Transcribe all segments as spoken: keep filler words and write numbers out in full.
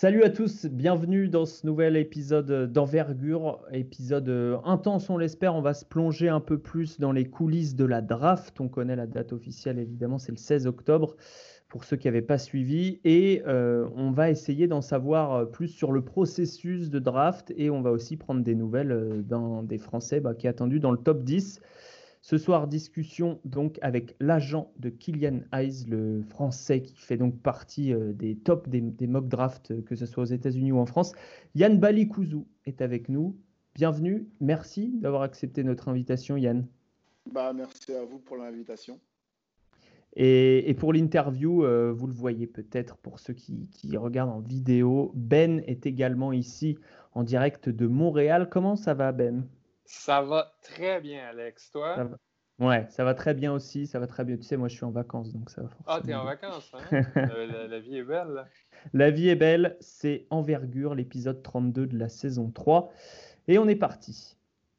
Salut à tous, bienvenue dans ce nouvel épisode d'Envergure, épisode euh, intense on l'espère. On va se plonger un peu plus dans les coulisses de la draft. On connaît la date officielle évidemment, c'est le seize octobre pour ceux qui n'avaient pas suivi. Et euh, on va essayer d'en savoir plus sur le processus de draft et on va aussi prendre des nouvelles euh, d'un des Français bah, qui est attendu dans le top dix. Ce soir, discussion donc avec l'agent de Killian Hayes, le Français qui fait donc partie euh, des tops des, des mock drafts, euh, que ce soit aux États-Unis ou en France. Yann Balikouzou est avec nous. Bienvenue, merci d'avoir accepté notre invitation, Yann. Bah, merci à vous pour l'invitation. Et, et pour l'interview, euh, vous le voyez peut-être pour ceux qui, qui regardent en vidéo, Ben est également ici en direct de Montréal. Comment ça va, Ben? Ça va très bien, Alex. Ça Toi? va. Ouais, ça va très bien aussi, ça va très bien. Tu sais, moi je suis en vacances, donc ça va Ah, t'es forcément en bien. vacances, hein? La, la- la vie est belle, là. La vie est belle, c'est Envergure, l'épisode trente-deux de la saison trois. Et on est parti.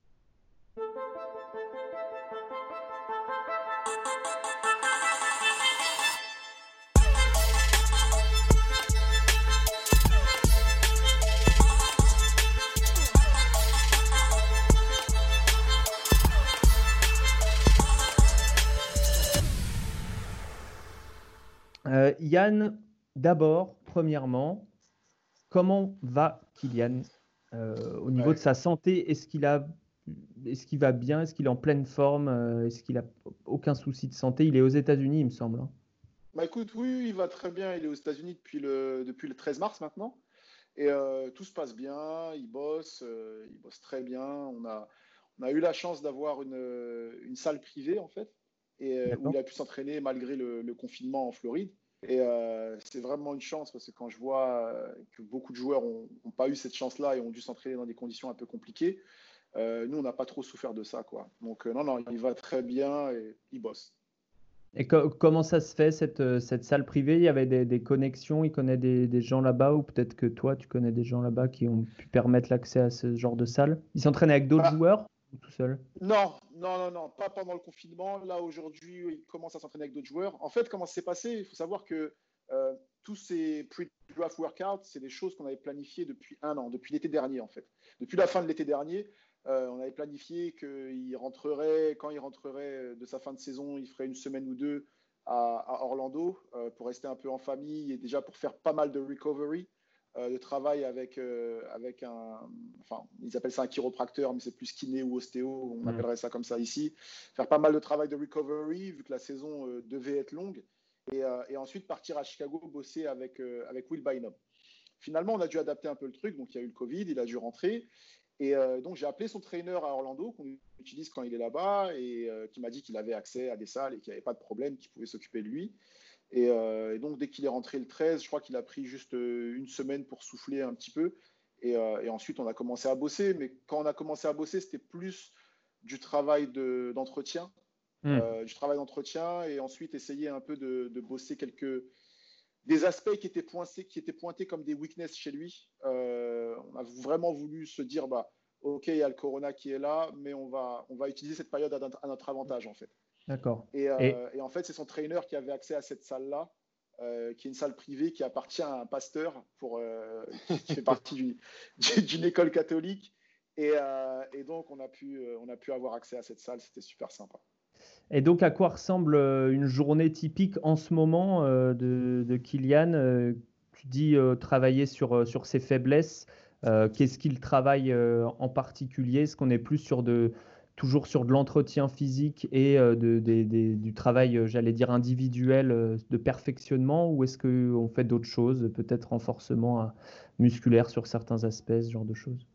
Euh, Yann, d'abord, premièrement, comment va Kylian euh, au niveau Ouais. de sa santé? Est-ce qu'il a, est-ce qu'il va bien? Est-ce qu'il est en pleine forme? Euh, Est-ce qu'il a aucun souci de santé? Il est aux États-Unis, il me semble, hein. Bah écoute, oui, il va très bien. Il est aux États-Unis depuis le, depuis le treize mars maintenant. Et euh, tout se passe bien. Il bosse, euh, il bosse très bien. On a, on a eu la chance d'avoir une, euh, une salle privée, en fait, et, euh, où D'accord. il a pu s'entraîner malgré le, le confinement en Floride. Et euh, c'est vraiment une chance parce que quand je vois euh, que beaucoup de joueurs n'ont pas eu cette chance-là et ont dû s'entraîner dans des conditions un peu compliquées, euh, nous, on n'a pas trop souffert de ça, quoi. Donc, euh, non, non, il va très bien et il bosse. Et co- comment ça se fait, cette, euh, cette salle privée? Il y avait des, des connexions, il connaît des, des gens là-bas, ou peut-être que toi, tu connais des gens là-bas qui ont pu permettre l'accès à ce genre de salle? Il s'entraîne avec d'autres Bah, joueurs ou tout seul? Non, non, non, non, pas pendant le confinement. Là, aujourd'hui, il commence à s'entraîner avec d'autres joueurs. En fait, comment ça s'est passé? Il faut savoir que euh, tous ces pre-draft workouts, c'est des choses qu'on avait planifiées depuis un an, depuis l'été dernier, en fait. Depuis la fin de l'été dernier, euh, on avait planifié qu'il rentrerait, quand il rentrerait de sa fin de saison, il ferait une semaine ou deux à, à Orlando euh, pour rester un peu en famille et déjà pour faire pas mal de recovery, euh, de travail avec, euh, avec un, enfin, ils appellent ça un chiropracteur, mais c'est plus kiné ou ostéo, on Mm. appellerait ça comme ça ici. Faire pas mal de travail de recovery, vu que la saison euh, devait être longue, et, euh, et ensuite partir à Chicago bosser avec, euh, avec Will Bynum. Finalement, on a dû adapter un peu le truc, donc il y a eu le Covid, il a dû rentrer, et euh, donc j'ai appelé son trainer à Orlando, qu'on utilise quand il est là-bas, et euh, qui m'a dit qu'il avait accès à des salles et qu'il n'y avait pas de problème, qu'il pouvait s'occuper de lui. Et, euh, et donc, dès qu'il est rentré le treize, je crois qu'il a pris juste euh, une semaine pour souffler un petit peu. Et, euh, et ensuite, on a commencé à bosser. Mais quand on a commencé à bosser, c'était plus du travail de, d'entretien. Mm. Euh, du travail d'entretien et ensuite essayer un peu de, de bosser quelques des aspects qui étaient pointés, qui étaient pointés comme des weaknesses chez lui. Euh, on a vraiment voulu se dire, bah, ok, il y a le corona qui est là, mais on va, on va utiliser cette période à notre, à notre avantage en fait. D'accord. Et, Et, euh, et en fait, c'est son trainer qui avait accès à cette salle-là, euh, qui est une salle privée qui appartient à un pasteur pour, euh, qui fait partie d'une, d'une école catholique. Et, euh, et donc, on a, pu, on a pu avoir accès à cette salle. C'était super sympa. et donc, à quoi ressemble euh, une journée typique en ce moment euh, de, de Kylian? Euh, Tu dis euh, travailler sur, euh, sur ses faiblesses. Euh, qu'est-ce qu'il travaille euh, en particulier? Est-ce qu'on est plus sur de, toujours sur de l'entretien physique et euh, de, des- des- du travail, euh, j'allais dire, individuel euh, de perfectionnement, ou est-ce qu'on fait d'autres choses, peut-être renforcement euh, musculaire sur certains aspects, ce genre de choses?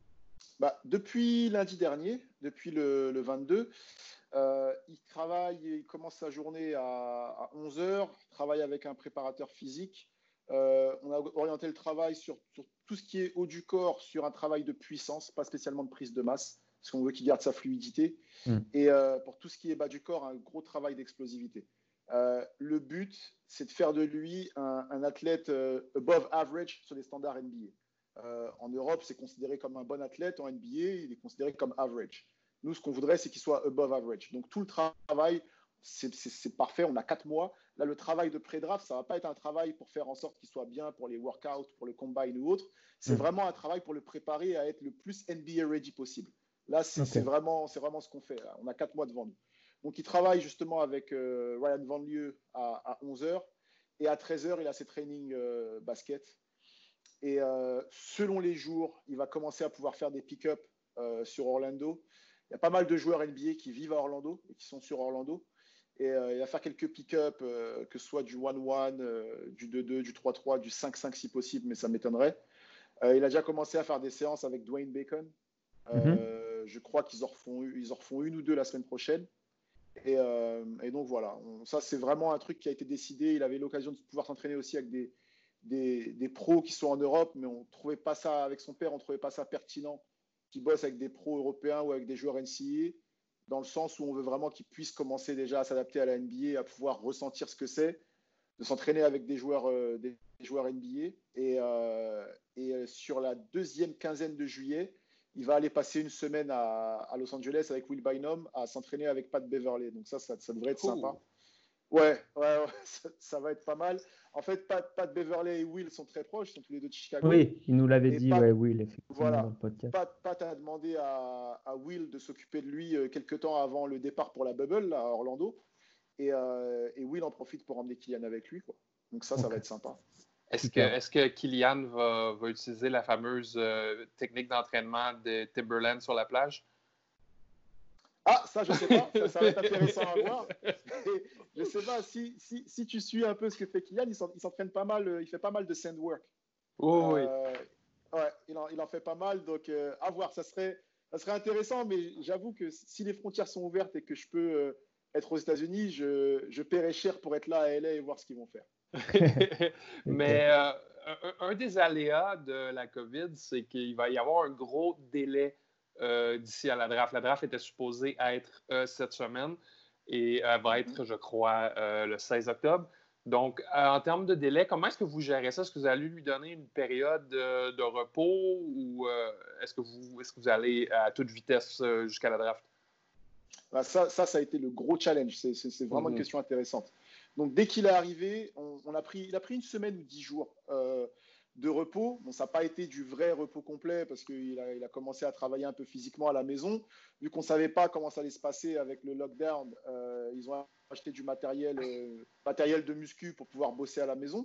Bah, depuis lundi dernier, depuis le, le vingt-deux, euh, il travaille, il commence sa journée à, à onze heures, il travaille avec un préparateur physique. Euh, on a orienté le travail sur, sur tout ce qui est haut du corps, sur un travail de puissance, pas spécialement de prise de masse, parce qu'on veut qu'il garde sa fluidité. Mm. Et euh, pour tout ce qui est bas du corps, un gros travail d'explosivité. Euh, le but, c'est de faire de lui un, un athlète euh, above average sur les standards N B A. Euh, en Europe, c'est considéré comme un bon athlète. En N B A, il est considéré comme average. Nous, ce qu'on voudrait, c'est qu'il soit above average. Donc, tout le travail, c'est, c'est, c'est parfait, on a quatre mois. Là, le travail de pré-draft, ça ne va pas être un travail pour faire en sorte qu'il soit bien pour les workouts, pour le combine ou autre. C'est mmh. vraiment un travail pour le préparer à être le plus N B A ready possible. Là, c'est, okay. c'est, vraiment, c'est vraiment ce qu'on fait. Là. On a quatre mois devant nous. Donc, il travaille justement avec euh, Ryan Van Lieu à, à onze heures. Et à treize heures, il a ses trainings euh, basket. Et euh, selon les jours, il va commencer à pouvoir faire des pick-up euh, sur Orlando. Il y a pas mal de joueurs N B A qui vivent à Orlando et qui sont sur Orlando. Et euh, il va faire quelques pick-up, euh, que ce soit du un un, euh, du deux deux, du trois trois, du cinq cinq si possible, mais ça m'étonnerait. Euh, il a déjà commencé à faire des séances avec Dwayne Bacon. Euh, mm-hmm. Je crois qu'ils en refont, ils en refont une ou deux la semaine prochaine. Et, euh, et donc voilà, on, ça c'est vraiment un truc qui a été décidé. Il avait l'occasion de pouvoir s'entraîner aussi avec des, des, des pros qui sont en Europe, mais on ne trouvait pas ça, avec son père, on ne trouvait pas ça pertinent qu'il bosse avec des pros européens ou avec des joueurs N C A A, dans le sens où on veut vraiment qu'ils puissent commencer déjà à s'adapter à la N B A, à pouvoir ressentir ce que c'est, de s'entraîner avec des joueurs, euh, des joueurs N B A. Et, euh, et sur la deuxième quinzaine de juillet, il va aller passer une semaine à, à Los Angeles avec Will Bynum à s'entraîner avec Pat Beverley. Donc ça, ça, ça devrait être cool. Sympa. Ouais, ouais, ouais ça, ça va être pas mal. En fait, Pat, Pat Beverley et Will sont très proches, ils sont tous les deux de Chicago. Oui, il nous l'avait dit, Pat, ouais, Will, effectivement, voilà, dans le podcast. Pat, Pat a demandé à, à Will de s'occuper de lui euh, quelques temps avant le départ pour la Bubble là, à Orlando. Et, euh, et Will en profite pour emmener Kylian avec lui, quoi. Donc ça, okay. ça va être sympa. Est-ce que, est-ce que Kylian va, va utiliser la fameuse euh, technique d'entraînement de Timberland sur la plage? Ah, ça, je ne sais pas. Ça, ça va être intéressant à voir. Et je ne sais pas si, si, si tu suis un peu ce que fait Kylian. Il s'entraîne pas mal. Il fait pas mal de sandwork. Oh, euh, oui. Ouais, il en, il en fait pas mal. Donc, euh, à voir. Ça serait, ça serait intéressant. Mais j'avoue que si les frontières sont ouvertes et que je peux euh, être aux États-Unis, je, je paierai cher pour être là à L A et voir ce qu'ils vont faire. Mais euh, un, un des aléas de la COVID, c'est qu'il va y avoir un gros délai euh, d'ici à la draft. La draft était supposée être euh, cette semaine et elle va être, je crois, euh, le seize octobre. Donc, euh, en termes de délai, comment est-ce que vous gérez ça? Est-ce que vous allez lui donner une période de, de repos ou euh, est-ce que vous, est-ce que vous allez à toute vitesse euh, jusqu'à la draft? Ben ça, ça, ça a été le gros challenge. C'est, c'est, c'est vraiment mm-hmm. une question intéressante. Donc, dès qu'il est arrivé, on, on a pris, il a pris une semaine ou dix jours euh, de repos. Bon, ça n'a pas été du vrai repos complet parce qu'il a, il a commencé à travailler un peu physiquement à la maison. Vu qu'on ne savait pas comment ça allait se passer avec le lockdown, euh, ils ont acheté du matériel, euh, matériel de muscu pour pouvoir bosser à la maison.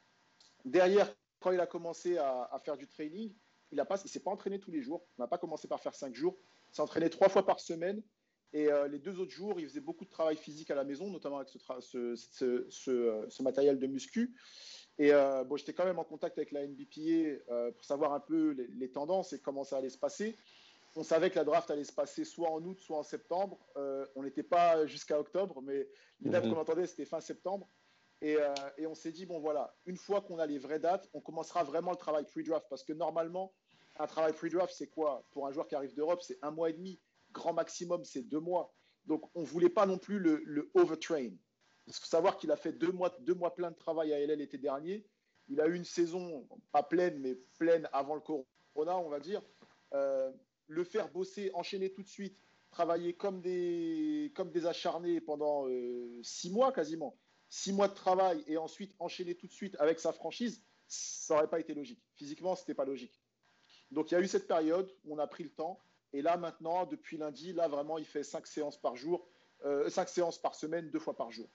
Derrière, quand il a commencé à, à faire du training, il ne s'est pas entraîné tous les jours. On n'a pas commencé par faire cinq jours. Il s'est entraîné trois fois par semaine. Et euh, les deux autres jours, il faisait beaucoup de travail physique à la maison, notamment avec ce, tra- ce, ce, ce, ce matériel de muscu. Et euh, bon, j'étais quand même en contact avec la N B P A euh, pour savoir un peu les, les tendances et comment ça allait se passer. On savait que la draft allait se passer soit en août, soit en septembre. Euh, on n'était pas jusqu'à octobre, mais les dates mm-hmm. qu'on entendait, c'était fin septembre. Et, euh, et on s'est dit, bon voilà, une fois qu'on a les vraies dates, on commencera vraiment le travail pre-draft. Parce que normalement, un travail pre-draft, c'est quoi? Pour un joueur qui arrive d'Europe, c'est un mois et demi. Grand maximum, c'est deux mois. Donc, on ne voulait pas non plus le, le overtrain. Il faut savoir qu'il a fait deux mois, deux mois plein de travail à L A l'été dernier. Il a eu une saison, pas pleine, mais pleine avant le corona, on va dire. Euh, le faire bosser, enchaîner tout de suite, travailler comme des, comme des acharnés pendant euh, six mois quasiment. Six mois de travail et ensuite enchaîner tout de suite avec sa franchise, ça n'aurait pas été logique. Physiquement, ce n'était pas logique. Donc, il y a eu cette période où on a pris le temps. Et là, maintenant, depuis lundi, là, vraiment, il fait cinq séances par jour, euh, cinq séances par semaine, deux fois par jour.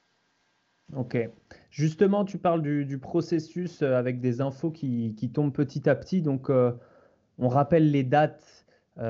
Ok. Justement, tu parles du, du processus avec des infos qui, qui tombent petit à petit. Donc, euh, on rappelle les dates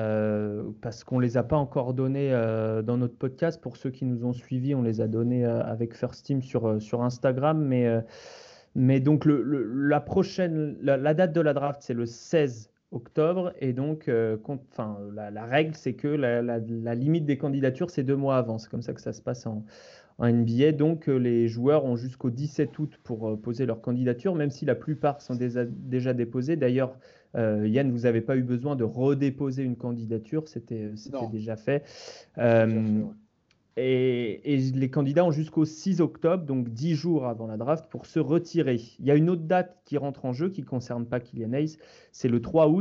euh, parce qu'on ne les a pas encore données euh, dans notre podcast. Pour ceux qui nous ont suivis, on les a données euh, avec First Team sur, sur Instagram. Mais, euh, mais donc, le, le, la prochaine, la, la date de la draft, c'est le seize octobre. Et donc, euh, compte, enfin, la, la règle, c'est que la, la, la limite des candidatures, c'est deux mois avant. C'est comme ça que ça se passe en, en N B A. Donc, euh, les joueurs ont jusqu'au dix-sept août pour euh, poser leur candidature, même si la plupart sont déjà, déjà déposées. D'ailleurs, euh, Yann, vous n'avez pas eu besoin de redéposer une candidature. C'était, c'était déjà fait. Euh, déjà fait ouais. Et, et les candidats ont jusqu'au six octobre, donc dix jours avant la draft, pour se retirer. Il y a une autre date qui rentre en jeu qui ne concerne pas Killian Hayes, c'est le trois août,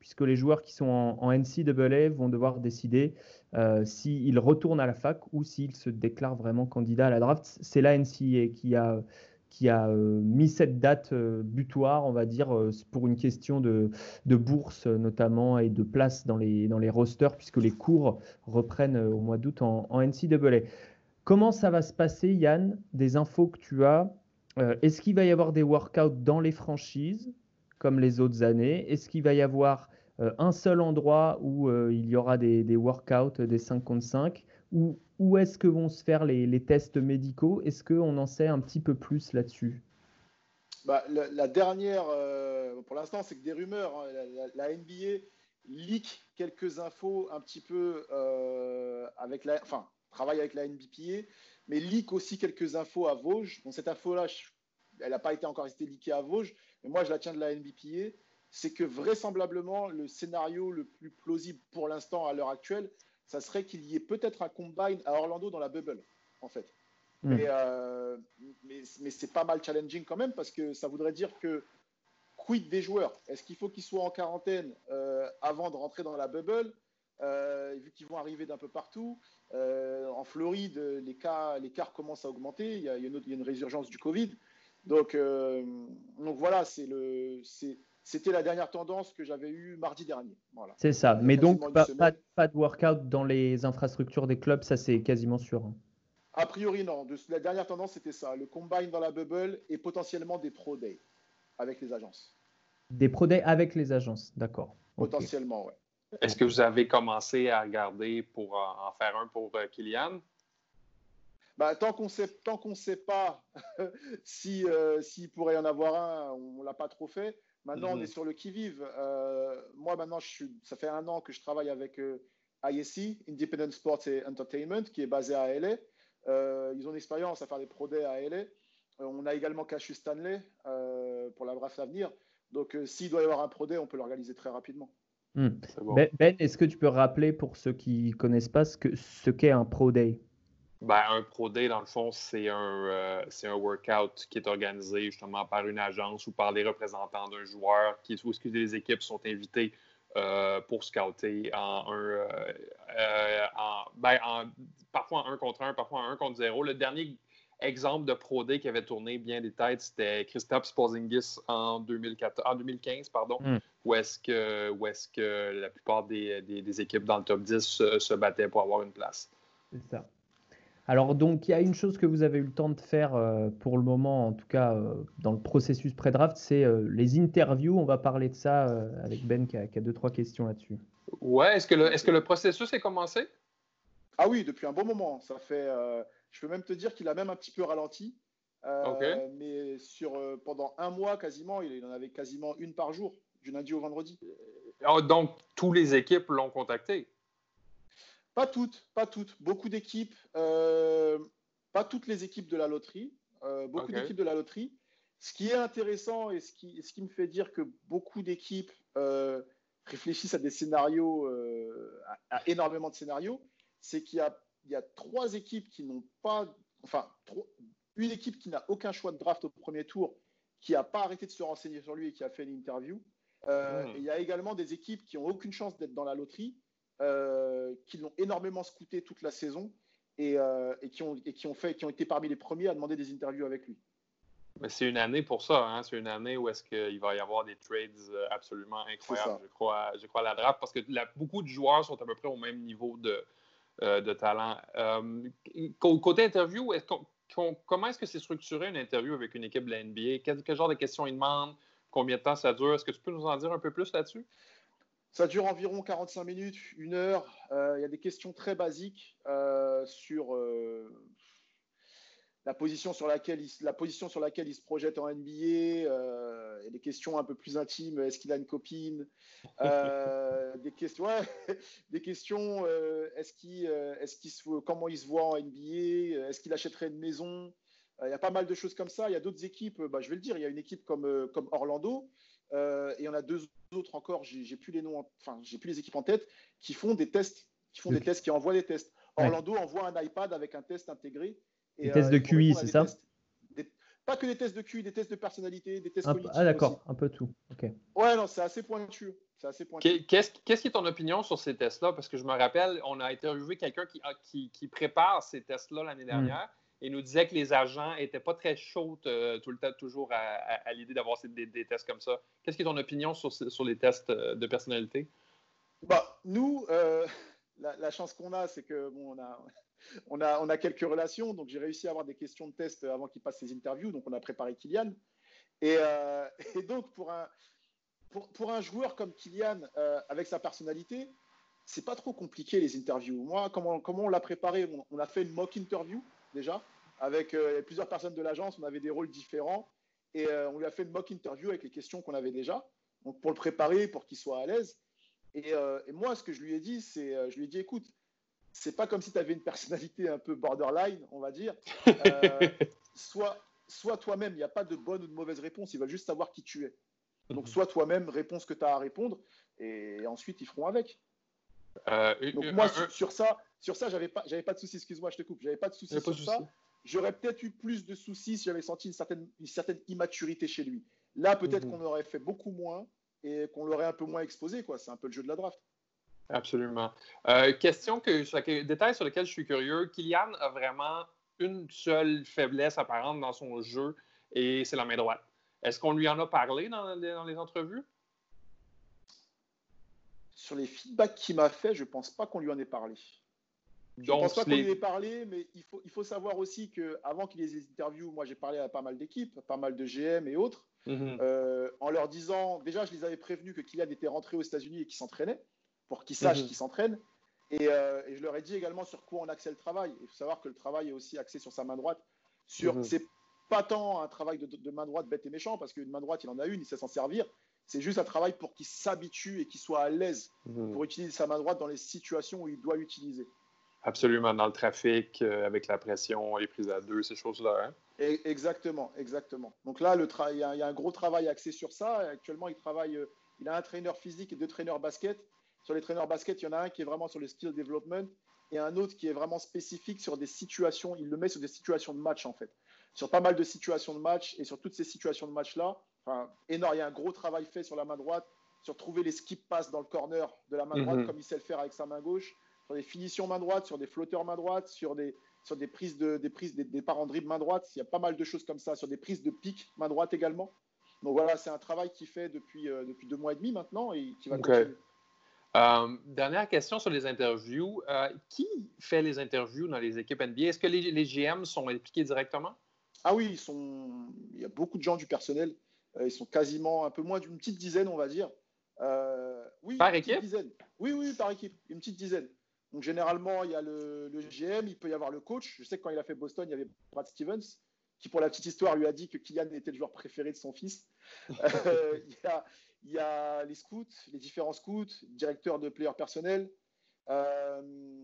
puisque les joueurs qui sont en, en N C A A vont devoir décider euh, s'ils retournent à la fac ou s'ils se déclarent vraiment candidats à la draft. C'est la N C A A qui a, qui a euh, mis cette date euh, butoir, on va dire, euh, pour une question de, de bourse notamment et de place dans les, dans les rosters, puisque les cours reprennent euh, au mois d'août en, en N C A A. Comment ça va se passer, Yann? Des infos que tu as? Euh, est-ce qu'il va y avoir des workouts dans les franchises, comme les autres années? Est-ce qu'il va y avoir euh, un seul endroit où euh, il y aura des, des workouts, des cinq contre cinq? Ou où est-ce que vont se faire les, les tests médicaux? Est-ce qu'on en sait un petit peu plus là-dessus? Bah, la, la dernière, euh, pour l'instant, c'est que des rumeurs. Hein. La, la- la N B A leak quelques infos un petit peu euh, avec la, enfin, travaille avec la N B P A, mais leak aussi quelques infos à Vosges. Donc cette info-là, je- elle n'a pas été encore été leakée à Vosges, mais moi je la tiens de la N B P A. C'est que vraisemblablement le scénario le plus plausible pour l'instant à l'heure actuelle, ça serait qu'il y ait peut-être un combine à Orlando dans la bubble, en fait. Hmm. Mais, euh, mais, mais c'est pas mal challenging quand même parce que ça voudrait dire que quid des joueurs? Est-ce qu'il faut qu'ils soient en quarantaine euh, avant de rentrer dans la bubble euh, vu qu'ils vont arriver d'un peu partout? Euh, en Floride, les cas, les cas commencent à augmenter. Il y a, il y a, une, il y a une résurgence du Covid. Donc, euh, donc voilà, c'est le, c'est, c'était la dernière tendance que j'avais eue mardi dernier. Voilà. C'est ça. Il y a Mais quasiment donc, une pas, pas, semaine. pas de workout dans les infrastructures des clubs, ça c'est quasiment sûr, hein. A priori, non. De, la dernière tendance, c'était ça. Le combine dans la bubble et potentiellement des pro days avec les agences. Des pro days avec les agences, d'accord. Ok. Potentiellement, ouais. Est-ce que vous avez commencé à regarder pour en en faire un pour euh, Kylian? Bah, tant qu'on sait, tant qu'on sait pas si, euh, s'il pourrait y en avoir un, on l'a pas trop fait. Maintenant, Mhm. on est sur le qui-vive. Euh, moi, maintenant, je suis, ça fait un an que je travaille avec euh, I S E, Independent Sports and Entertainment, qui est basé à L A. Euh, ils ont une expérience à faire des pro days à L A. Euh, on a également Cassius Stanley euh, pour la draft à venir. Donc, euh, s'il doit y avoir un pro day, on peut l'organiser très rapidement. Hmm. C'est bon. Ben, Ben, est-ce que tu peux rappeler pour ceux qui ne connaissent pas ce que ce qu'est un pro day? Ben, un Pro Day, dans le fond, c'est un, euh, c'est un workout qui est organisé justement par une agence ou par les représentants d'un joueur qui, où est-ce que les équipes sont invitées euh, pour scouter en un, euh, euh, en, ben, en, parfois en un contre un, parfois en un contre zéro. Le dernier exemple de Pro Day qui avait tourné bien des têtes, c'était Kristaps Porzingis en, deux mille quatorze, en deux mille quinze, pardon, Hmm. où est-ce que, où est-ce que la plupart des, des, des équipes dans le top dix se, se battaient pour avoir une place. C'est ça. Alors, donc, il y a une chose que vous avez eu le temps de faire euh, pour le moment, en tout cas euh, dans le processus pré-draft, c'est euh, les interviews. On va parler de ça euh, avec Ben qui a, qui a deux, trois questions là-dessus. Ouais, est-ce que le, est-ce que le processus est commencé? Ah oui, depuis un bon moment. Ça fait, euh, je peux même te dire qu'il a même un petit peu ralenti. OK. Euh, mais sur, euh, pendant un mois quasiment, il, il en avait quasiment une par jour, du lundi au vendredi. Ah, donc, toutes les équipes l'ont contacté. Pas toutes, pas toutes. Beaucoup d'équipes, euh, pas toutes les équipes de la loterie, euh, beaucoup OK. d'équipes de la loterie. Ce qui est intéressant et ce qui, ce qui me fait dire que beaucoup d'équipes euh, réfléchissent à des scénarios, euh, à, à énormément de scénarios, c'est qu'il y a, il y a trois équipes qui n'ont pas, enfin, trois, une équipe qui n'a aucun choix de draft au premier tour, qui n'a pas arrêté de se renseigner sur lui et qui a fait une interview. Euh, Hmm. et il y a également des équipes qui n'ont aucune chance d'être dans la loterie, euh, qui l'ont énormément scouté toute la saison et, euh, et, qui ont, et qui ont fait, qui ont été parmi les premiers à demander des interviews avec lui. Mais c'est une année pour ça, hein? C'est une année où est-ce qu'il va y avoir des trades euh, absolument incroyables, je crois, je crois, à la draft, parce que la, beaucoup de joueurs sont à peu près au même niveau de, euh, de talent. Euh, côté interview, est-ce qu'on, qu'on, comment est-ce que c'est structuré une interview avec une équipe de la N B A? Quel, quel genre de questions ils demandent? Combien de temps ça dure? Est-ce que tu peux nous en dire un peu plus là-dessus? Ça dure environ quarante-cinq minutes, une heure. Euh, il y a des questions très basiques euh, sur euh, la position sur laquelle il, la position sur laquelle il se projette en N B A, euh, et des questions un peu plus intimes. Est-ce qu'il a une copine? euh, des questions, ouais, des questions. Euh, est-ce qu'il, euh, est-ce qu'il se, comment il se voit en N B A? Est-ce qu'il achèterait une maison? Il euh, y a pas mal de choses comme ça. Il y a d'autres équipes. Bah, je vais le dire. Il y a une équipe comme, euh, comme Orlando. Euh, et il y en a deux autres encore. J'ai, j'ai plus les noms. En, enfin, j'ai plus les équipes en tête qui font des tests, qui font De... des tests, qui envoient des tests. Ouais. Orlando envoie un iPad avec un test intégré. Des Et, tests euh, de il faut Q I, répondre à c'est des ça? tests. Des, pas que des tests de Q I, des tests de personnalité, des tests Un... cognitives Ah, aussi. d'accord, un peu tout. Ok. Ouais, non, c'est assez pointu. C'est assez pointu. Qu'est-ce, qu'est-ce qui est ton opinion sur ces tests-là? Parce que je me rappelle, on a interviewé quelqu'un qui, qui, qui prépare ces tests-là l'année dernière mm. et nous disait que les agents n'étaient pas très chauds euh, tout le temps, toujours à, à, à l'idée d'avoir ces, des, des tests comme ça. Qu'est-ce qui est ton opinion sur, sur les tests de personnalité? Bah, nous, euh, la, la chance qu'on a, c'est que bon, on a, on, a, on a quelques relations. Donc, j'ai réussi à avoir des questions de tests avant qu'il passe ses interviews. Donc, on a préparé Kylian. Et, euh, et donc, pour un, pour, pour un joueur comme Kylian, euh, avec sa personnalité, c'est pas trop compliqué les interviews. Moi, comment, comment on l'a préparé? on, on a fait une mock interview déjà avec euh, plusieurs personnes de l'agence. On avait des rôles différents et euh, on lui a fait une mock interview avec les questions qu'on avait déjà. Donc, pour le préparer, pour qu'il soit à l'aise. Et, euh, et moi, ce que je lui ai dit, c'est, euh, je lui ai dit, écoute, c'est pas comme si tu avais une personnalité un peu borderline, on va dire. Euh, soit, soit toi-même, il n'y a pas de bonne ou de mauvaise réponse. Ils veulent juste savoir qui tu es. Donc, soit toi-même, réponds ce que tu as à répondre, et ensuite, ils feront avec. Euh, Donc, moi, euh, sur, sur ça, sur ça, j'avais pas, j'avais pas de soucis. Excuse-moi, je te coupe. J'avais pas de soucis sur ça. J'aurais peut-être eu plus de soucis si j'avais senti une certaine, une certaine immaturité chez lui. Là, peut-être mm-hmm. qu'on aurait fait beaucoup moins et qu'on l'aurait un peu moins exposé, quoi. C'est un peu le jeu de la draft. Absolument. Euh, question que, sur laquelle, détail sur lequel je suis curieux. Kylian a vraiment une seule faiblesse apparente dans son jeu et c'est la main droite. Est-ce qu'on lui en a parlé dans les, dans les entrevues? Sur les feedbacks qu'il m'a fait, je ne pense pas qu'on lui en ait parlé. Je ne pense pas qu'on les... lui ait parlé, mais il faut, il faut savoir aussi qu'avant qu'il y ait des interviews, moi j'ai parlé à pas mal d'équipes, pas mal de G M et autres, mm-hmm. euh, en leur disant, déjà je les avais prévenus que Kylian était rentré aux États-Unis et qu'il s'entraînait, pour qu'ils sachent mm-hmm. qu'il s'entraîne. Et, euh, et je leur ai dit également sur quoi on axait le travail. Il faut savoir que le travail est aussi axé sur sa main droite. Sur, mm-hmm. C'est pas tant un travail de, de main droite bête et méchant, parce qu'une main droite, il en a une, il sait s'en servir. C'est juste un travail pour qu'il s'habitue et qu'il soit à l'aise mm-hmm. pour utiliser sa main droite dans les situations où il doit l'utiliser. Absolument, dans le trafic, euh, avec la pression, les prises à deux, ces choses-là. Hein? Et, exactement, exactement. Donc là, le tra- il, y a, il y a un gros travail axé sur ça. Actuellement, il travaille, euh, il a un traîneur physique et deux traîneurs basket. Sur les traîneurs basket, il y en a un qui est vraiment sur le skill development et un autre qui est vraiment spécifique sur des situations. Il le met sur des situations de match, en fait. Sur pas mal de situations de match et sur toutes ces situations de match-là, enfin, énorme, il y a un gros travail fait sur la main droite, sur trouver les skip passes dans le corner de la main droite, mm-hmm. comme il sait le faire avec sa main gauche. Sur des finitions main droite, sur des flotteurs main droite, sur des, sur des prises de des prises des départs en dribble main droite. Il y a pas mal de choses comme ça, sur des prises de pique main droite également. Donc voilà, c'est un travail qu'il fait depuis, euh, depuis deux mois et demi maintenant et qui va okay. continuer. Euh, dernière question sur les interviews. Euh, qui fait les interviews dans les équipes N B A? Est-ce que les, les G M sont impliqués directement? Ah oui, ils sont... il y a beaucoup de gens du personnel. Euh, ils sont quasiment un peu moins d'une petite dizaine, on va dire. Euh, oui, par une équipe? Dizaine. Oui, oui, par équipe, une petite dizaine. Donc, généralement, il y a le, le G M, il peut y avoir le coach. Je sais que quand il a fait Boston, il y avait Brad Stevens, qui, pour la petite histoire, lui a dit que Kylian était le joueur préféré de son fils. euh, il, y a, il y a les scouts, les différents scouts, directeurs de players personnels, euh,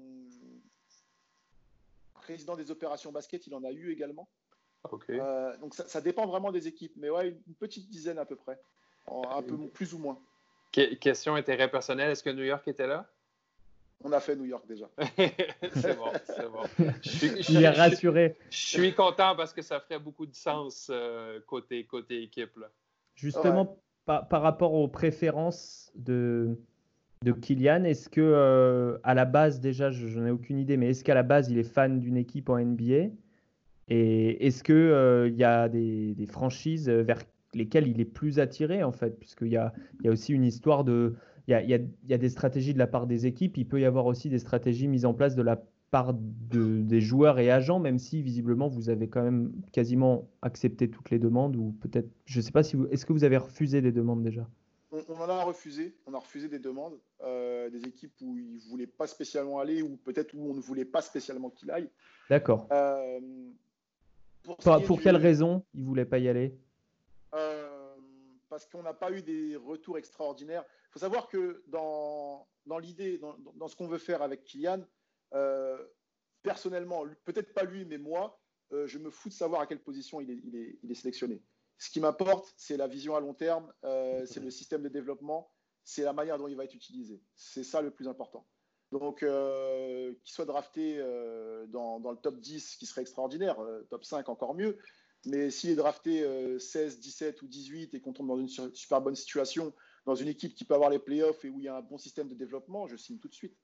président des opérations basket, il en a eu également. Okay. Euh, donc, ça, ça dépend vraiment des équipes. Mais ouais, une petite dizaine à peu près, un peu plus ou moins. Que- question intérêt personnel, est-ce que New York était là? On a fait New York déjà. C'est bon, c'est bon. Je suis, je, Il est rassuré. Je, je suis content parce que ça ferait beaucoup de sens euh, côté, côté équipe. Là. Justement, ouais. par, par rapport aux préférences de, de Kylian, est-ce que euh, à la base, déjà, je n'en ai aucune idée, mais est-ce qu'à la base, il est fan d'une équipe en N B A? Et est-ce qu'il euh, y a des, des franchises vers lesquelles il est plus attiré, en fait? Puisqu'il y a, il y a aussi une histoire de... Il y, a, il, y a, il y a des stratégies de la part des équipes, il peut y avoir aussi des stratégies mises en place de la part de, des joueurs et agents, même si visiblement vous avez quand même quasiment accepté toutes les demandes, ou peut-être, je ne sais pas si vous, est-ce que vous avez refusé des demandes déjà? on, on en a refusé, on a refusé des demandes, euh, des équipes où ils ne voulaient pas spécialement aller, ou peut-être où on ne voulait pas spécialement qu'il aille. D'accord. Euh, pour pour, pour du... quelle raison ils ne voulaient pas y aller? euh, Parce qu'on n'a pas eu des retours extraordinaires. Il faut savoir que dans, dans l'idée, dans, dans ce qu'on veut faire avec Kylian, euh, personnellement, peut-être pas lui, mais moi, euh, je me fous de savoir à quelle position il est, il est, il est sélectionné. Ce qui m'importe, c'est la vision à long terme, euh, c'est le système de développement, c'est la manière dont il va être utilisé. C'est ça le plus important. Donc, euh, qu'il soit drafté euh, dans, dans le top dix, ce qui serait extraordinaire, euh, top cinq encore mieux, mais s'il est drafté euh, seize, dix-sept ou dix-huit et qu'on tombe dans une super bonne situation, dans une équipe qui peut avoir les playoffs et où il y a un bon système de développement, je signe tout de suite.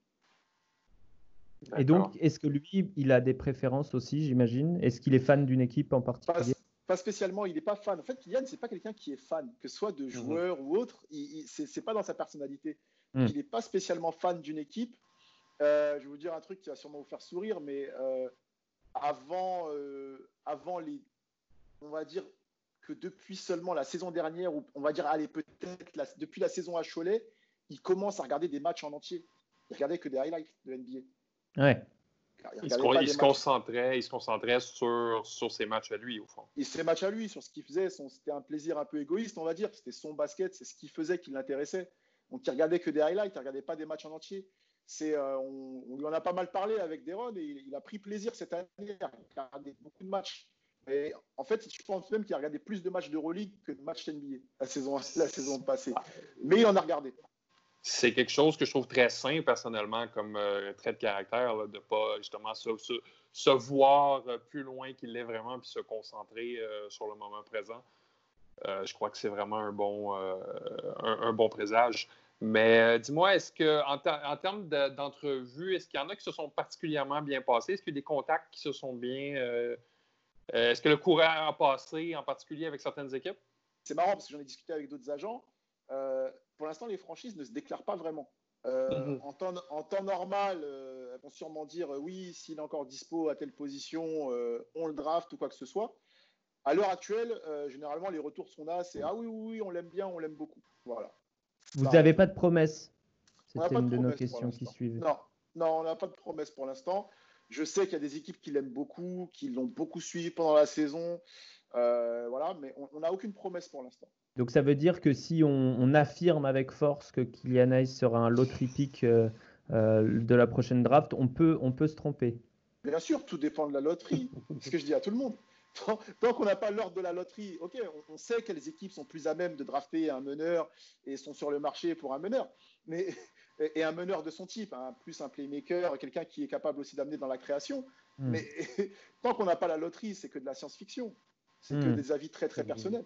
Et donc, est-ce que lui, il a des préférences aussi, j'imagine? Est-ce qu'il est fan d'une équipe en particulier? Pas, pas spécialement, il n'est pas fan. En fait, Kylian, c'est pas quelqu'un qui est fan, que ce soit de joueur mm-hmm. ou autre, il, il, c'est, c'est pas dans sa personnalité. Mm. Il n'est pas spécialement fan d'une équipe. Euh, je vais vous dire un truc qui va sûrement vous faire sourire, mais euh, avant, euh, avant les, on va dire que depuis seulement la saison dernière, ou on va dire, allez, peut-être la, depuis la saison à Cholet, il commence à regarder des matchs en entier. Il regardait que des highlights de N B A. Ouais. Il, il, se, il, se concentrait, il se concentrait sur, sur ses matchs à lui, au fond. Et ses matchs à lui, sur ce qu'il faisait, son, c'était un plaisir un peu égoïste, on va dire. C'était son basket, c'est ce qu'il faisait qui l'intéressait. Donc, il regardait que des highlights, il ne regardait pas des matchs en entier. C'est, euh, on, on lui en a pas mal parlé avec Deron et il, il a pris plaisir cette année à regarder beaucoup de matchs. Et en fait, je pense même qu'il a regardé plus de matchs d'Euroleague que de matchs N B A la saison, la saison passée. Mais il en a regardé. C'est quelque chose que je trouve très sain personnellement comme euh, trait de caractère, là, de ne pas justement se, se, se voir plus loin qu'il l'est vraiment puis se concentrer euh, sur le moment présent. Euh, je crois que c'est vraiment un bon, euh, un, un bon présage. Mais euh, dis-moi, est-ce que en, ta- en termes de, d'entrevue, est-ce qu'il y en a qui se sont particulièrement bien passés? Est-ce qu'il y a des contacts qui se sont bien... Euh, euh, est-ce que le courant a passé en particulier avec certaines équipes? C'est marrant parce que j'en ai discuté avec d'autres agents. Euh, pour l'instant, les franchises ne se déclarent pas vraiment. Euh, mm-hmm. en, temps, en temps normal, euh, elles vont sûrement dire euh, oui, s'il est encore dispo à telle position, euh, on le draft ou quoi que ce soit. À l'heure actuelle, euh, généralement, les retours sont là, c'est ah oui, oui, oui, on l'aime bien, on l'aime beaucoup. Voilà. Vous n'avez pas de promesse? C'était une de, de nos questions qui suivent. Non, non, on n'a pas de promesse pour l'instant. Je sais qu'il y a des équipes qui l'aiment beaucoup, qui l'ont beaucoup suivi pendant la saison. Euh, voilà, mais on n'a aucune promesse pour l'instant. Donc ça veut dire que si on, on affirme avec force que Killian Hayes sera un lottery pick euh, euh, de la prochaine draft, on peut, on peut se tromper. Bien sûr, tout dépend de la loterie. C'est ce que je dis à tout le monde. Tant, tant qu'on n'a pas l'ordre de la loterie, ok, on, on sait quelles équipes sont plus à même de drafter un meneur et sont sur le marché pour un meneur, mais et un meneur de son type, hein, plus un playmaker, quelqu'un qui est capable aussi d'amener dans la création. Mmh. Mais tant qu'on n'a pas la loterie, c'est que de la science-fiction. C'est mmh. que des avis très, très personnels.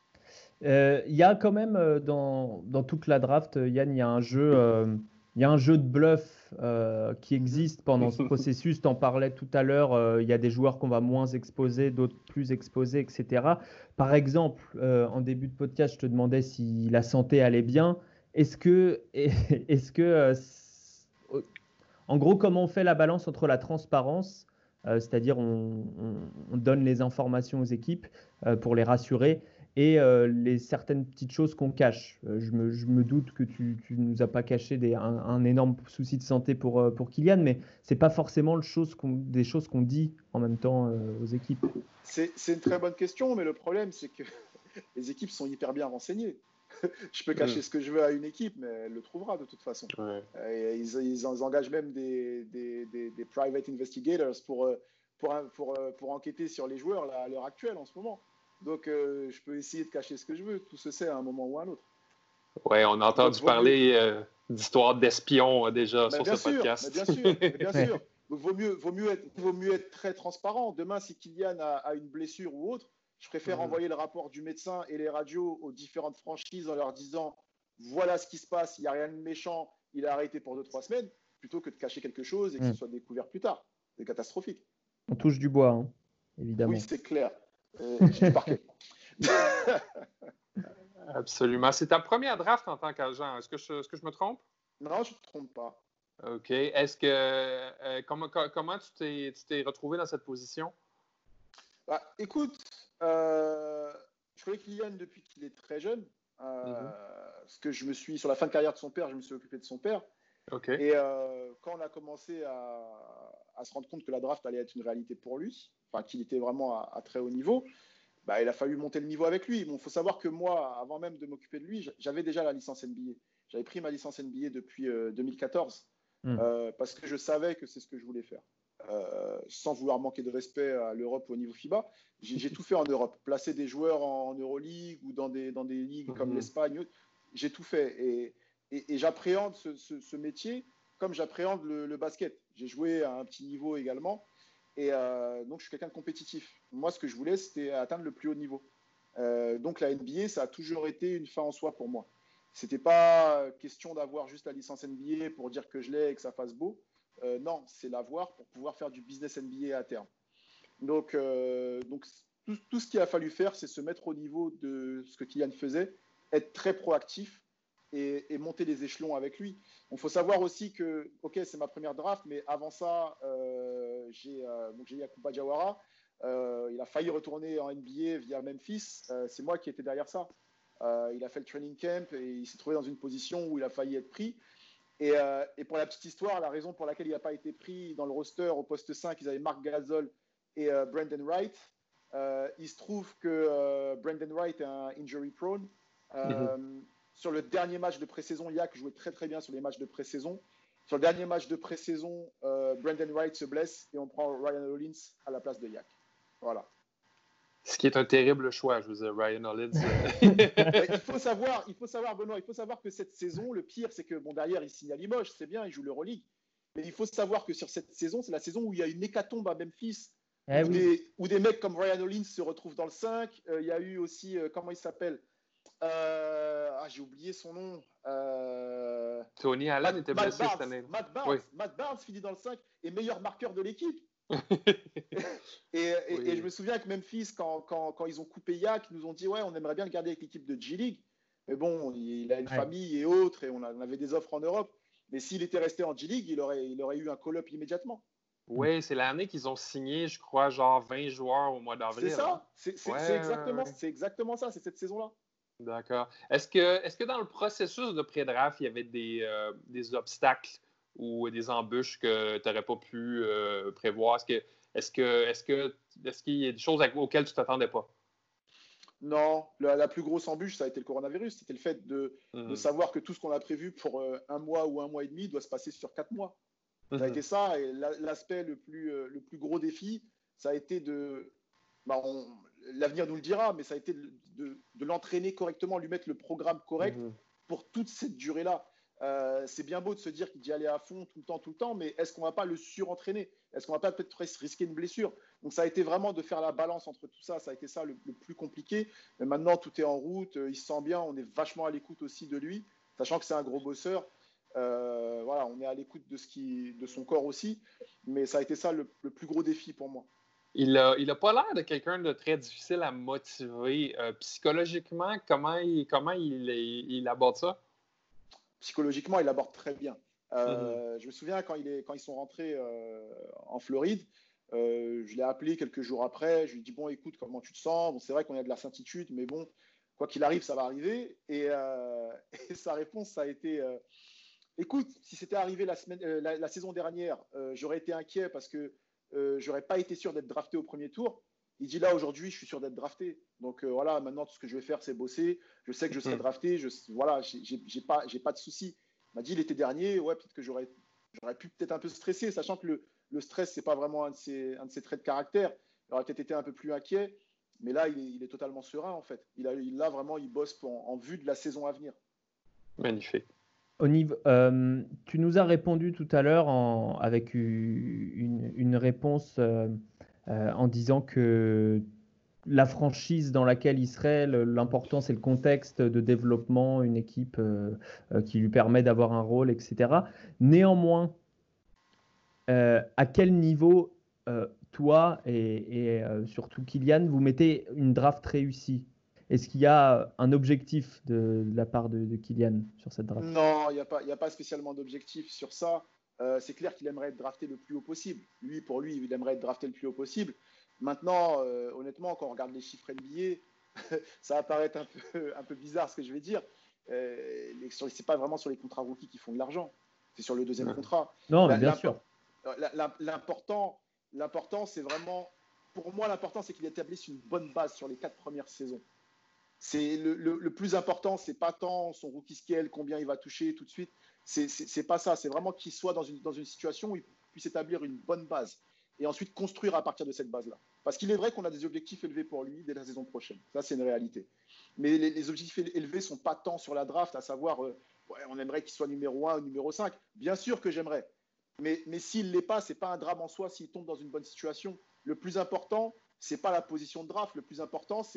Il euh, y a quand même euh, dans, dans toute la draft, Yann, il y a un jeu, euh, il y a un jeu de bluff euh, qui existe pendant ce processus. Tu en parlais tout à l'heure, il y a des joueurs qu'on va moins exposer, d'autres plus exposés, et cetera. Par exemple, euh, en début de podcast, je te demandais si la santé allait bien. Est-ce que, est-ce que euh, en gros, comment on fait la balance entre la transparence, euh, c'est-à-dire on, on, on donne les informations aux équipes euh, pour les rassurer, et euh, les certaines petites choses qu'on cache. Euh, je, me, je me doute que tu ne nous as pas caché des, un, un énorme souci de santé pour, euh, pour Kylian, mais ce n'est pas forcément le chose qu'on, des choses qu'on dit en même temps euh, aux équipes. C'est, c'est une très bonne question, mais le problème, c'est que les équipes sont hyper bien renseignées. Je peux cacher ouais. ce que je veux à une équipe, mais elle le trouvera de toute façon. Ouais. Et ils, ils engagent même des, des, des, des private investigators pour, pour, pour, pour enquêter sur les joueurs là, à l'heure actuelle en ce moment. Donc, euh, je peux essayer de cacher ce que je veux. Tout se sait à un moment ou à un autre. Oui, on a entendu Donc, parler mieux... euh, d'histoires d'espions euh, déjà mais sur ce sûr, podcast. Mais bien sûr, mais bien sûr. Donc, vaut mieux, vaut, mieux être, vaut mieux être très transparent. Demain, si Kylian a, a une blessure ou autre, je préfère mmh. envoyer le rapport du médecin et les radios aux différentes franchises en leur disant voilà ce qui se passe, il n'y a rien de méchant, il a arrêté pour deux trois semaines, plutôt que de cacher quelque chose et que mmh. ce soit découvert plus tard. C'est catastrophique. On touche du bois, hein, évidemment. Oui, c'est clair. Euh, je parquet. Absolument. C'est ta première draft en tant qu'agent. Est-ce que je, est-ce que je me trompe? Non, je ne me trompe pas. OK. Est-ce que euh, comment, comment tu t'es, tu t'es retrouvé dans cette position? Bah, écoute, euh, je connais Kylian depuis qu'il est très jeune. Euh, mm-hmm. Parce que je me suis, sur la fin de carrière de son père, je me suis occupé de son père. Okay. Et euh, quand on a commencé à, à se rendre compte que la draft allait être une réalité pour lui, enfin qu'il était vraiment à, à très haut niveau, bah, il a fallu monter le niveau avec lui. Il bon, faut savoir que moi, avant même de m'occuper de lui, j'avais déjà la licence N B A. J'avais pris ma licence N B A depuis euh, deux mille quatorze mm. euh, parce que je savais que c'est ce que je voulais faire. Euh, sans vouloir manquer de respect à l'Europe au niveau FIBA, j'ai, j'ai tout fait en Europe. Placer des joueurs en, en Euroleague ou dans des, dans des ligues mm-hmm. comme l'Espagne, j'ai tout fait. Et, et, et j'appréhende ce, ce, ce métier comme j'appréhende le, le basket. J'ai joué à un petit niveau également. Et euh, donc, je suis quelqu'un de compétitif. Moi, ce que je voulais, c'était atteindre le plus haut niveau. Euh, donc, la N B A, ça a toujours été une fin en soi pour moi. C'était pas question d'avoir juste la licence N B A pour dire que je l'ai et que ça fasse beau. Euh, non, c'est l'avoir pour pouvoir faire du business N B A à terme. Donc, euh, donc tout, tout ce qu'il a fallu faire, c'est se mettre au niveau de ce que Kylian faisait, être très proactif et, et monter les échelons avec lui. Il faut savoir aussi que, ok, c'est ma première draft, mais avant ça, euh, j'ai, euh, donc j'ai Yacouba Diawara. Euh, il a failli retourner en N B A via Memphis. Euh, c'est moi qui étais derrière ça. Euh, il a fait le training camp et il s'est trouvé dans une position où il a failli être pris. Et, euh, et pour la petite histoire, la raison pour laquelle il n'a pas été pris dans le roster au poste cinq, ils avaient Marc Gasol et euh, Brandon Wright. Euh, il se trouve que euh, Brandon Wright est un injury prone. Euh, mm-hmm. Sur le dernier match de pré-saison, Yak jouait très très bien sur les matchs de pré-saison. Sur le dernier match de pré-saison, euh, Brandon Wright se blesse et on prend Ryan Hollins à la place de Yak. Voilà. Ce qui est un terrible choix, je veux dire, Ryan Hollins. il faut savoir, il faut savoir, Benoît, il faut savoir que cette saison, le pire, c'est que bon derrière, il signe à Limoges, c'est bien, il joue l'Euroleague. Mais il faut savoir que sur cette saison, c'est la saison où il y a une hécatombe à Memphis, eh où, oui. des, où des mecs comme Ryan Hollins se retrouvent dans le cinq. Euh, il y a eu aussi, euh, comment il s'appelle euh, Ah, j'ai oublié son nom. Euh... Tony Allen était blessé Barnes, cette année. Matt Barnes, oui. Matt Barnes finit dans le cinq et meilleur marqueur de l'équipe. et, et, oui. et je me souviens que Memphis, quand, quand, quand ils ont coupé Yak, ils nous ont dit ouais, on aimerait bien le garder avec l'équipe de G-League. Mais bon, il a une ouais. famille et autres, et on, a, on avait des offres en Europe. Mais s'il était resté en G-League, il aurait, il aurait eu un call-up immédiatement. Oui, c'est l'année qu'ils ont signé, je crois, genre vingt joueurs au mois d'avril. C'est ça, c'est, c'est, ouais, c'est, exactement, ouais. c'est exactement ça, c'est cette saison-là. D'accord. Est-ce que, est-ce que dans le processus de pré-draft, il y avait des, euh, des obstacles ou des embûches que tu n'aurais pas pu euh, prévoir? Est-ce que, est-ce, que, est-ce, que, est-ce qu'il y a des choses auxquelles tu ne t'attendais pas? Non, la, la plus grosse embûche, ça a été le coronavirus. C'était le fait de, mmh. de savoir que tout ce qu'on a prévu pour euh, un mois ou un mois et demi doit se passer sur quatre mois. Mmh. Ça a été ça. Et la, l'aspect le plus, euh, le plus gros défi, ça a été de... Bah on, l'avenir nous le dira, mais ça a été de, de, de l'entraîner correctement, lui mettre le programme correct mmh. pour toute cette durée-là. Euh, c'est bien beau de se dire qu'il dit aller à fond tout le temps, tout le temps, mais est-ce qu'on ne va pas le surentraîner? Est-ce qu'on ne va pas peut-être risquer une blessure? Donc ça a été vraiment de faire la balance entre tout ça, ça a été ça le, le plus compliqué. Mais maintenant, tout est en route, il se sent bien, on est vachement à l'écoute aussi de lui, sachant que c'est un gros bosseur. Euh, voilà, on est à l'écoute de, ce qui, de son corps aussi, mais ça a été ça le, le plus gros défi pour moi. Il n'a il a pas l'air de quelqu'un de très difficile à motiver. Euh, psychologiquement, comment il, comment il, il, il aborde ça? Psychologiquement, il aborde très bien. Euh, mmh. Je me souviens quand, il est, quand ils sont rentrés euh, en Floride, euh, je l'ai appelé quelques jours après. Je lui ai dit bon, écoute, comment tu te sens? Bon, c'est vrai qu'on a de la certitude, mais bon, quoi qu'il arrive, ça va arriver. Et, euh, et sa réponse, ça a été euh, écoute, si c'était arrivé la, semaine, euh, la, la saison dernière, euh, j'aurais été inquiet parce que euh, j'aurais pas été sûr d'être drafté au premier tour. Il dit là aujourd'hui, je suis sûr d'être drafté. Donc euh, voilà, maintenant tout ce que je vais faire, c'est bosser. Je sais que je serai drafté. Je, voilà, j'ai, j'ai, j'ai pas, j'ai pas de soucis. Il m'a dit l'été dernier, ouais, peut-être que j'aurais, j'aurais pu peut-être un peu stresser, sachant que le, le stress, c'est pas vraiment un de, ses, un de ses traits de caractère. Il aurait peut-être été un peu plus inquiet, mais là, il est, il est totalement serein en fait. Il a, il, là, vraiment, il bosse pour, en, en vue de la saison à venir. Magnifique. Au niveau, euh, tu nous as répondu tout à l'heure en, avec une, une réponse euh, euh, en disant que la franchise dans laquelle il serait, le, l'important c'est le contexte de développement, une équipe euh, euh, qui lui permet d'avoir un rôle, et cetera. Néanmoins, euh, à quel niveau euh, toi et, et euh, surtout Kylian, vous mettez une draft réussie? Est-ce qu'il y a un objectif de, de la part de, de Kylian sur cette draft? Non, il n'y a pas, il n'y a pas spécialement d'objectif sur ça. Euh, c'est clair qu'il aimerait être drafté le plus haut possible. Lui, pour lui, il aimerait être drafté le plus haut possible. Maintenant, euh, honnêtement, quand on regarde les chiffres N B A, ça va paraître un peu, un peu bizarre ce que je vais dire. Euh, ce n'est pas vraiment sur les contrats rookies qui font de l'argent. C'est sur le deuxième ouais. contrat. Non, mais bien sûr. L'important, l'important, c'est vraiment... Pour moi, l'important, c'est qu'il établisse une bonne base sur les quatre premières saisons. C'est le, le, le plus important, c'est pas tant son rookie scale, combien il va toucher tout de suite. C'est, c'est, c'est pas ça. C'est vraiment qu'il soit dans une, dans une situation où il puisse établir une bonne base et ensuite construire à partir de cette base-là. Parce qu'il est vrai qu'on a des objectifs élevés pour lui dès la saison prochaine. Ça, c'est une réalité. Mais les, les objectifs élevés sont pas tant sur la draft, à savoir, euh, ouais, on aimerait qu'il soit numéro un ou numéro cinq. Bien sûr que j'aimerais. Mais, mais s'il l'est pas, c'est pas un drame en soi s'il tombe dans une bonne situation. Le plus important, c'est pas la position de draft. Le plus important, c'est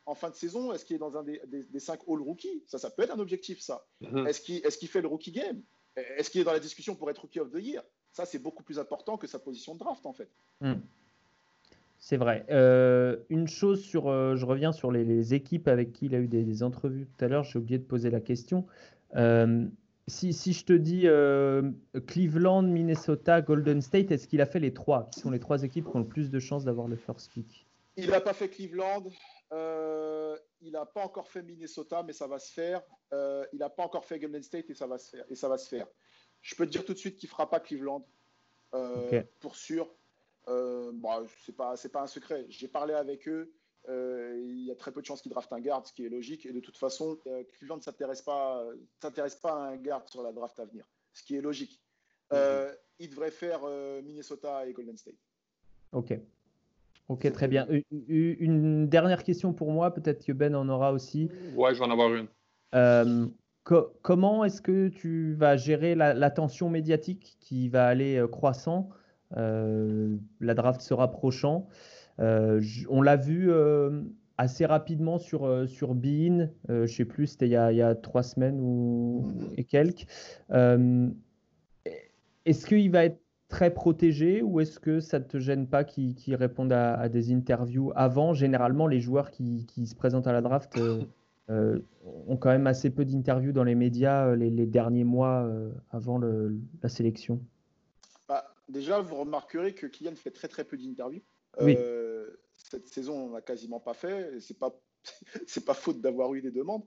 en fin de saison, est-ce qu'il est dans un des, des, des cinq All Rookies? Ça, ça peut être un objectif, ça. Mm-hmm. Est-ce qu'il, est-ce qu'il fait le Rookie Game? Est-ce qu'il est dans la discussion pour être Rookie of the Year? Ça, c'est beaucoup plus important que sa position de draft, en fait. Mm. C'est vrai. Euh, une chose sur, euh, je reviens sur les, les équipes avec qui il a eu des, des entrevues tout à l'heure. J'ai oublié de poser la question. Euh, si, si je te dis euh, Cleveland, Minnesota, Golden State, est-ce qu'il a fait les trois, qui sont les trois équipes qui ont le plus de chances d'avoir le first pick? Il n'a pas fait Cleveland. Euh, il n'a pas encore fait Minnesota, mais ça va se faire. Euh, il n'a pas encore fait Golden State et ça va se faire. Et ça va se faire. Je peux te dire tout de suite qu'il ne fera pas Cleveland, euh, okay. pour sûr. Euh, bon, c'est pas, c'est pas un secret. J'ai parlé avec eux. Euh, il y a très peu de chances qu'ils draftent un guard, ce qui est logique. Et de toute façon, euh, Cleveland ne s'intéresse pas, s'intéresse pas à un guard sur la draft à venir, ce qui est logique. Euh, mm-hmm. Il devrait faire euh, Minnesota et Golden State. Ok. Ok, très bien. Une, une dernière question pour moi, peut-être que Ben en aura aussi. Ouais, je vais en avoir une. Euh, co- comment est-ce que tu vas gérer la, l'attention médiatique qui va aller euh, croissant, euh, la draft se rapprochant? euh, j- On l'a vu euh, assez rapidement sur, euh, sur Bein, euh, je ne sais plus, c'était il y a, il y a trois semaines ou, et quelques. Euh, est-ce qu'il va être très protégé ou est-ce que ça ne te gêne pas qu'ils qu'ils répondent à, à des interviews avant? Généralement, les joueurs qui, qui se présentent à la draft euh, euh, ont quand même assez peu d'interviews dans les médias euh, les, les derniers mois euh, avant le, la sélection. Bah, déjà, vous remarquerez que Kylian fait très très peu d'interviews. Oui. Euh, cette saison, on n'a quasiment pas fait. C'est pas, c'est pas faute d'avoir eu des demandes.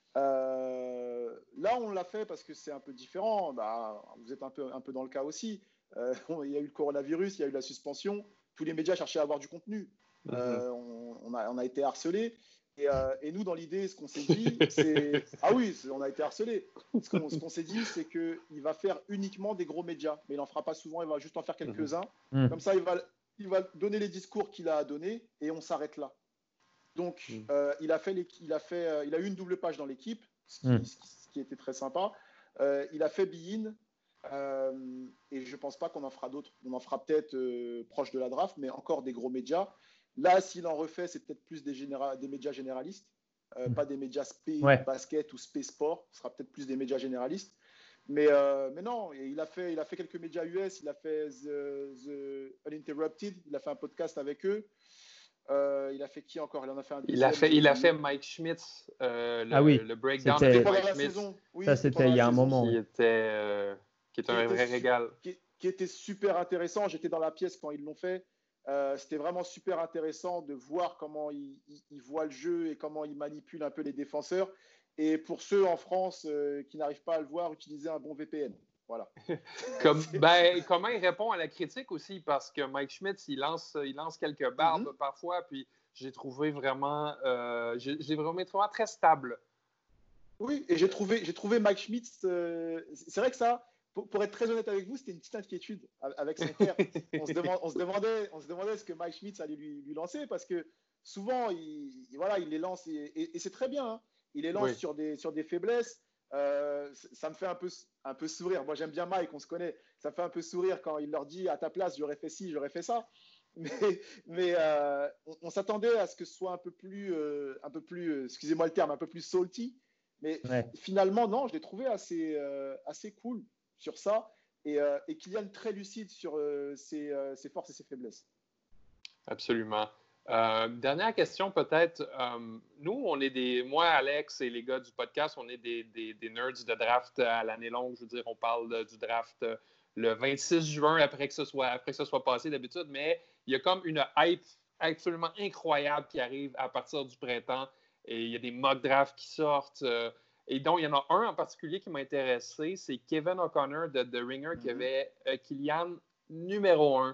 Euh, là, on l'a fait parce que c'est un peu différent. Bah, vous êtes un peu, un peu dans le cas aussi. Euh, il y a eu le coronavirus, il y a eu la suspension. Tous les médias cherchaient à avoir du contenu. Mm-hmm. euh, on, on, a, on a été harcelés. Et, euh, et nous, dans l'idée, ce qu'on s'est dit, c'est… Ah oui, on a été harcelés. Ce qu'on, ce qu'on s'est dit, c'est qu'il va faire uniquement des gros médias. Mais il n'en fera pas souvent, il va juste en faire quelques-uns. Mm-hmm. Comme ça, il va, il va donner les discours qu'il a à donner et on s'arrête là. Donc, mm. euh, il, a fait les, il, a fait, euh, il a eu une double page dans l'équipe, ce qui, mm. ce qui, ce qui était très sympa. Euh, il a fait Bein, euh, et je ne pense pas qu'on en fera d'autres. On en fera peut-être euh, proche de la draft, mais encore des gros médias. Là, s'il en refait, c'est peut-être plus des, généra- des médias généralistes, euh, mm. pas des médias spé ouais. basket ou spé sport. Ce sera peut-être plus des médias généralistes. Mais, euh, mais non, il a, fait, il a fait quelques médias U S, il a fait The, The Uninterrupted, il a fait un podcast avec eux. Euh, il a fait qui encore? Il en a fait un il a fait, il a fait Mike Schmitz, euh, le, ah oui, le breakdown c'était, de Mike la Schmitz. Saison. Oui, ça, c'était il y a un moment. Qui était, euh, qui était qui un était vrai su- régal. Qui, qui était super intéressant. J'étais dans la pièce quand ils l'ont fait. Euh, c'était vraiment super intéressant de voir comment il, il, il voit le jeu et comment il manipule un peu les défenseurs. Et pour ceux en France euh, qui n'arrivent pas à le voir, utilisez un bon V P N. Voilà. Comme, ben, comment il répond à la critique aussi, parce que Mike Schmitz, il lance, il lance quelques barbes mm-hmm. parfois, puis j'ai trouvé vraiment, euh, j'ai, j'ai vraiment, vraiment très stable. Oui, et j'ai trouvé, j'ai trouvé Mike Schmitz, euh, c'est vrai que ça, pour, pour être très honnête avec vous, c'était une petite inquiétude avec son père. on, se demande, on, se demandait, on se demandait ce que Mike Schmitz allait lui, lui lancer, parce que souvent, il, voilà, il les lance, et, et, et c'est très bien, hein, il les lance oui. sur, des, sur des faiblesses. Euh, ça me fait un peu, un peu sourire. Moi, j'aime bien Mike, on se connaît. Ça me fait un peu sourire quand il leur dit à ta place, j'aurais fait ci, j'aurais fait ça. Mais, mais euh, on, on s'attendait à ce que ce soit un peu plus, euh, un peu plus, euh, excusez-moi le terme, un peu plus salty. Mais ouais. finalement, non, je l'ai trouvé assez, euh, assez cool sur ça. Et, euh, et Kylian très lucide sur euh, ses, euh, ses forces et ses faiblesses. Absolument. Euh, dernière question peut-être. Euh, nous, on est des, moi, Alex et les gars du podcast, on est des, des, des nerds de draft à l'année longue. Je veux dire, on parle de, du draft le vingt-six juin après que ce soit, après que ce soit passé d'habitude, mais il y a comme une hype absolument incroyable qui arrive à partir du printemps. Et il y a des mock drafts qui sortent. Euh, et donc, il y en a un en particulier qui m'a intéressé, c'est Kevin O'Connor de The Ringer mm-hmm. qui avait euh, Kylian numéro un.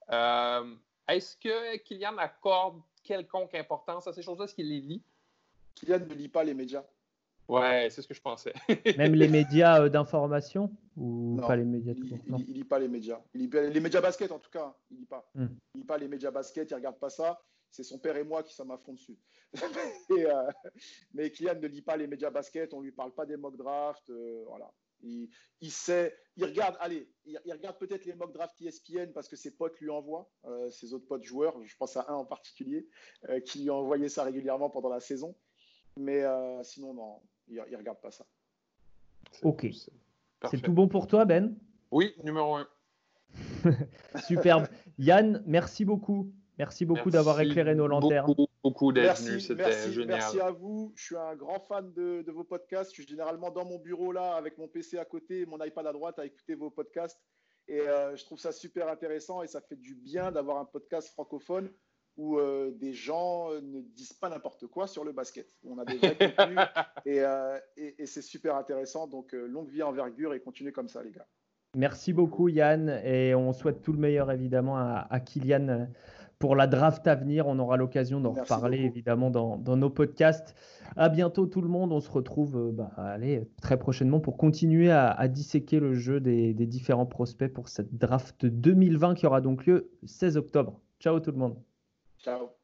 Euh, Est-ce que Kylian accorde quelconque importance à ces choses-là? Est-ce qu'il les lit? Kylian ne lit pas les médias. Ouais, c'est ce que je pensais. Même les médias euh, d'information ou non, pas les médias il, tout il, il, il lit pas les médias. Il lit, les médias basket, en tout cas, il lit pas. Mm. Il lit pas les médias basket, il regarde pas ça. C'est son père et moi qui s'en affrontent dessus. et, euh, mais Kylian ne lit pas les médias basket, on lui parle pas des mock drafts. Euh, voilà. Il, il sait, il regarde, allez, il, il regarde peut-être les mock drafts E S P N parce que ses potes lui envoient, euh, ses autres potes joueurs, je pense à un en particulier, euh, qui lui a envoyé ça régulièrement pendant la saison. Mais euh, sinon, non, il ne regarde pas ça. C'est ok. C'est tout bon pour toi, Ben? Oui, numéro un. Superbe. Yann, merci beaucoup. Merci beaucoup d'avoir éclairé nos lanternes. Beaucoup, beaucoup d'être venu, c'était merci, génial. Merci à vous. Je suis un grand fan de, de vos podcasts. Je suis généralement dans mon bureau là, avec mon P C à côté, mon iPad à droite, à écouter vos podcasts. Et euh, je trouve ça super intéressant et ça fait du bien d'avoir un podcast francophone où euh, des gens ne disent pas n'importe quoi sur le basket. On a des vrais contenus et, euh, et, et c'est super intéressant. Donc, euh, longue vie à Envergure et continuez comme ça, les gars. Merci beaucoup, Yann. Et on souhaite tout le meilleur, évidemment, à, à Kylian pour la draft à venir. On aura l'occasion d'en Merci reparler, beaucoup. évidemment, dans, dans nos podcasts. À bientôt, tout le monde. On se retrouve bah, allez, très prochainement pour continuer à, à disséquer le jeu des, des différents prospects pour cette draft deux mille vingt qui aura donc lieu le seize octobre. Ciao, tout le monde. Ciao.